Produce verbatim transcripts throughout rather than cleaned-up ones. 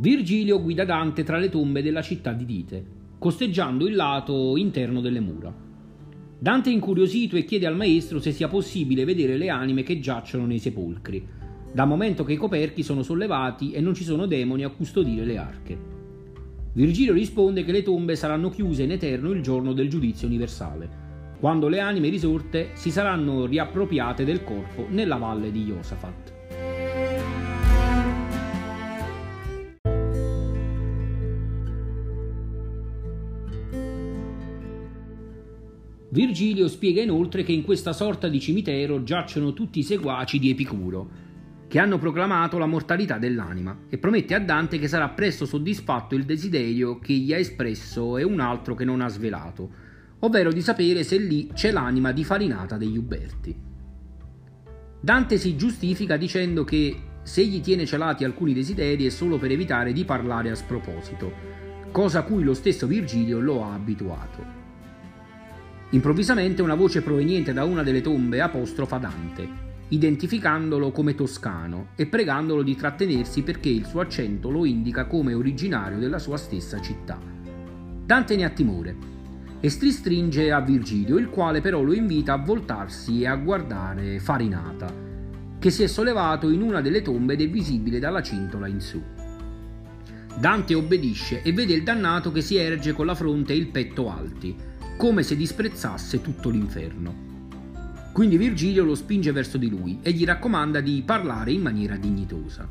Virgilio guida Dante tra le tombe della città di Dite, costeggiando il lato interno delle mura. Dante è incuriosito e chiede al maestro se sia possibile vedere le anime che giacciono nei sepolcri, dal momento che i coperchi sono sollevati e non ci sono demoni a custodire le arche. Virgilio risponde che le tombe saranno chiuse in eterno il giorno del giudizio universale, quando le anime risorte si saranno riappropriate del corpo nella valle di Iosafat. Virgilio spiega inoltre che in questa sorta di cimitero giacciono tutti i seguaci di Epicuro, che hanno proclamato la mortalità dell'anima, e promette a Dante che sarà presto soddisfatto il desiderio che gli ha espresso e un altro che non ha svelato, ovvero di sapere se lì c'è l'anima di Farinata degli Uberti. Dante si giustifica dicendo che se egli tiene celati alcuni desideri è solo per evitare di parlare a sproposito, cosa a cui lo stesso Virgilio lo ha abituato. Improvvisamente una voce proveniente da una delle tombe apostrofa Dante, identificandolo come toscano e pregandolo di trattenersi perché il suo accento lo indica come originario della sua stessa città. Dante ne ha timore e si stringe a Virgilio, il quale però lo invita a voltarsi e a guardare Farinata, che si è sollevato in una delle tombe ed è visibile dalla cintola in su. Dante obbedisce e vede il dannato che si erge con la fronte e il petto alti, come se disprezzasse tutto l'inferno. Quindi Virgilio lo spinge verso di lui e gli raccomanda di parlare in maniera dignitosa.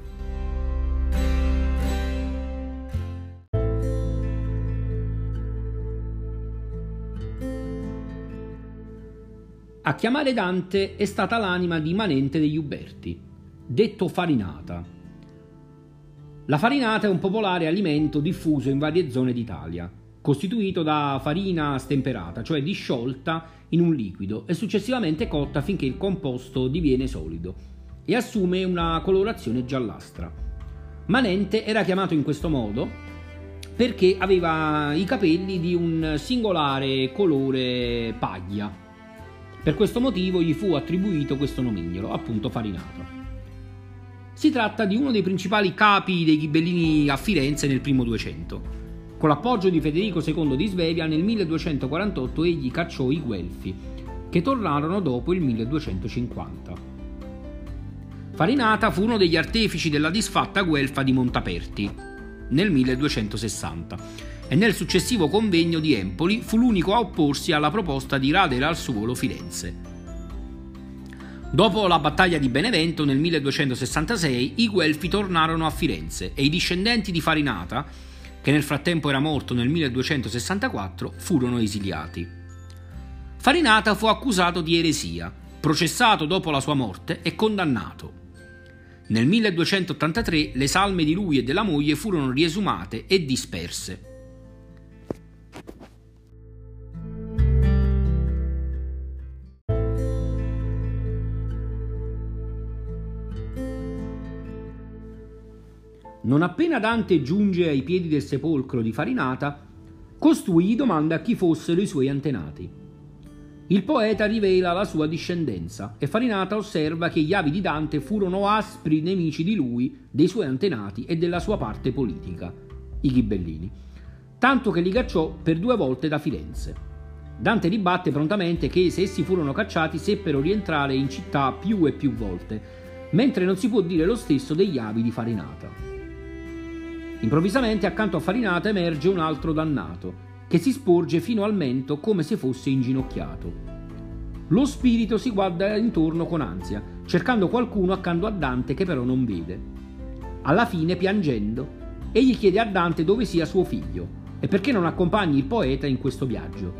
A chiamare Dante è stata l'anima di Manente degli Uberti, detto Farinata. La farinata è un popolare alimento diffuso in varie zone d'Italia, costituito da farina stemperata, cioè disciolta in un liquido e successivamente cotta finché il composto diviene solido e assume una colorazione giallastra. Manente era chiamato in questo modo perché aveva i capelli di un singolare colore paglia. Per questo motivo gli fu attribuito questo nomignolo, appunto Farinato. Si tratta di uno dei principali capi dei Ghibellini a Firenze nel primo Duecento. Con l'appoggio di Federico secondo di Svevia, nel milleduecentoquarantotto egli cacciò i Guelfi, che tornarono dopo il milleduecentocinquanta. Farinata fu uno degli artefici della disfatta guelfa di Montaperti, nel milleduecentosessanta, e nel successivo convegno di Empoli fu l'unico a opporsi alla proposta di radere al suolo Firenze. Dopo la battaglia di Benevento, nel milleduecentosessantasei, i Guelfi tornarono a Firenze e i discendenti di Farinata, che nel frattempo era morto nel milleduecentosessantaquattro, furono esiliati. Farinata fu accusato di eresia, processato dopo la sua morte e condannato. Nel milleduecentottantatré le salme di lui e della moglie furono riesumate e disperse. Non appena Dante giunge ai piedi del sepolcro di Farinata, costui gli domanda chi fossero i suoi antenati. Il poeta rivela la sua discendenza e Farinata osserva che gli avi di Dante furono aspri nemici di lui, dei suoi antenati e della sua parte politica, i Ghibellini, tanto che li cacciò per due volte da Firenze. Dante ribatte prontamente che se essi furono cacciati seppero rientrare in città più e più volte, mentre non si può dire lo stesso degli avi di Farinata. Improvvisamente accanto a Farinata emerge un altro dannato, che si sporge fino al mento come se fosse inginocchiato. Lo spirito si guarda intorno con ansia, cercando qualcuno accanto a Dante che però non vede. Alla fine, piangendo, egli chiede a Dante dove sia suo figlio e perché non accompagni il poeta in questo viaggio.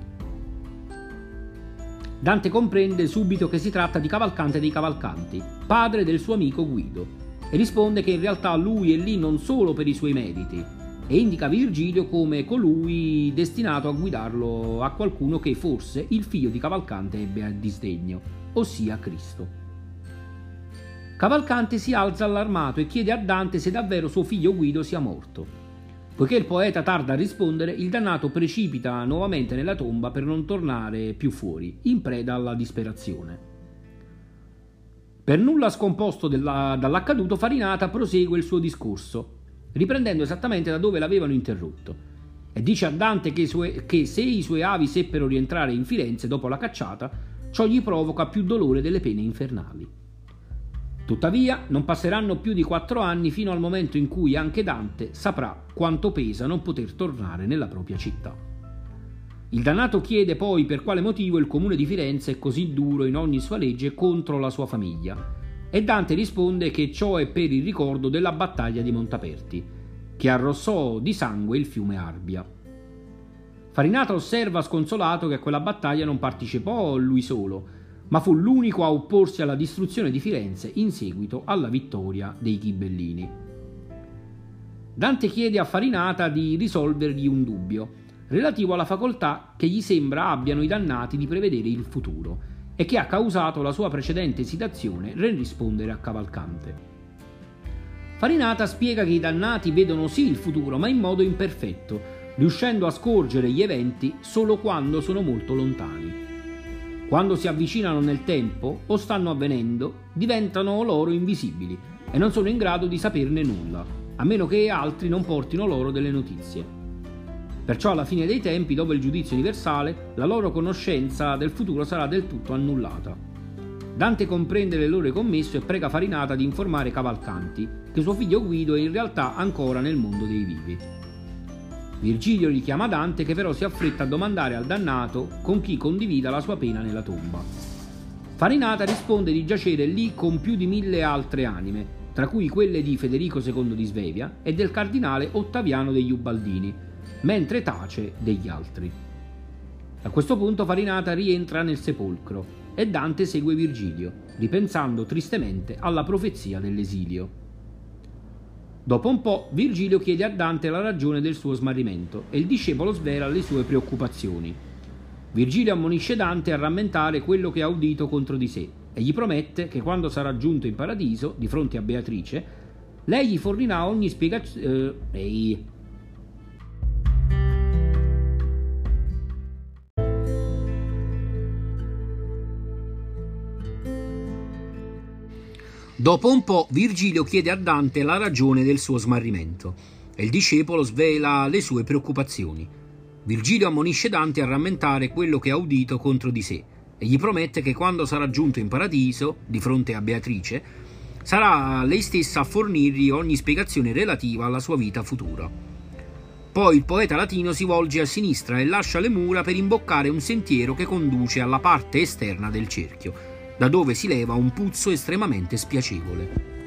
Dante comprende subito che si tratta di Cavalcante dei Cavalcanti, padre del suo amico Guido, e risponde che in realtà lui è lì non solo per i suoi meriti, e indica Virgilio come colui destinato a guidarlo a qualcuno che forse il figlio di Cavalcante ebbe a disdegno, ossia Cristo. Cavalcante si alza allarmato e chiede a Dante se davvero suo figlio Guido sia morto. Poiché il poeta tarda a rispondere, il dannato precipita nuovamente nella tomba per non tornare più fuori, in preda alla disperazione. Per nulla scomposto della, dall'accaduto, Farinata prosegue il suo discorso riprendendo esattamente da dove l'avevano interrotto, e dice a Dante che, sue, che se i suoi avi seppero rientrare in Firenze dopo la cacciata, ciò gli provoca più dolore delle pene infernali. Tuttavia, non passeranno più di quattro anni fino al momento in cui anche Dante saprà quanto pesa non poter tornare nella propria città. Il dannato chiede poi per quale motivo il comune di Firenze è così duro in ogni sua legge contro la sua famiglia, e Dante risponde che ciò è per il ricordo della battaglia di Montaperti, che arrossò di sangue il fiume Arbia. Farinata osserva sconsolato che a quella battaglia non partecipò lui solo, ma fu l'unico a opporsi alla distruzione di Firenze in seguito alla vittoria dei Ghibellini. Dante chiede a Farinata di risolvergli un dubbio, relativo alla facoltà che gli sembra abbiano i dannati di prevedere il futuro, e che ha causato la sua precedente esitazione nel rispondere a Cavalcante. Farinata spiega che i dannati vedono sì il futuro, ma in modo imperfetto, riuscendo a scorgere gli eventi solo quando sono molto lontani. Quando si avvicinano nel tempo o stanno avvenendo, diventano loro invisibili e non sono in grado di saperne nulla, a meno che altri non portino loro delle notizie. Perciò alla fine dei tempi, dopo il giudizio universale, la loro conoscenza del futuro sarà del tutto annullata. Dante comprende l'errore commesso e prega Farinata di informare Cavalcanti che suo figlio Guido è in realtà ancora nel mondo dei vivi. Virgilio richiama Dante, che però si affretta a domandare al dannato con chi condivida la sua pena nella tomba. Farinata risponde di giacere lì con più di mille altre anime, tra cui quelle di Federico secondo di Svevia e del cardinale Ottaviano degli Ubaldini, mentre tace degli altri. A questo punto Farinata rientra nel sepolcro e Dante segue Virgilio, ripensando tristemente alla profezia dell'esilio. Dopo un po', Virgilio chiede a Dante la ragione del suo smarrimento e il discepolo svela le sue preoccupazioni. Virgilio ammonisce Dante a rammentare quello che ha udito contro di sé e gli promette che quando sarà giunto in paradiso, di fronte a Beatrice, lei gli fornirà ogni spiegazione... Eh, Dopo un po', Virgilio chiede a Dante la ragione del suo smarrimento e il discepolo svela le sue preoccupazioni. Virgilio ammonisce Dante a rammentare quello che ha udito contro di sé e gli promette che quando sarà giunto in paradiso, di fronte a Beatrice, sarà lei stessa a fornirgli ogni spiegazione relativa alla sua vita futura. Poi il poeta latino si volge a sinistra e lascia le mura per imboccare un sentiero che conduce alla parte esterna del cerchio, da dove si leva un puzzo estremamente spiacevole.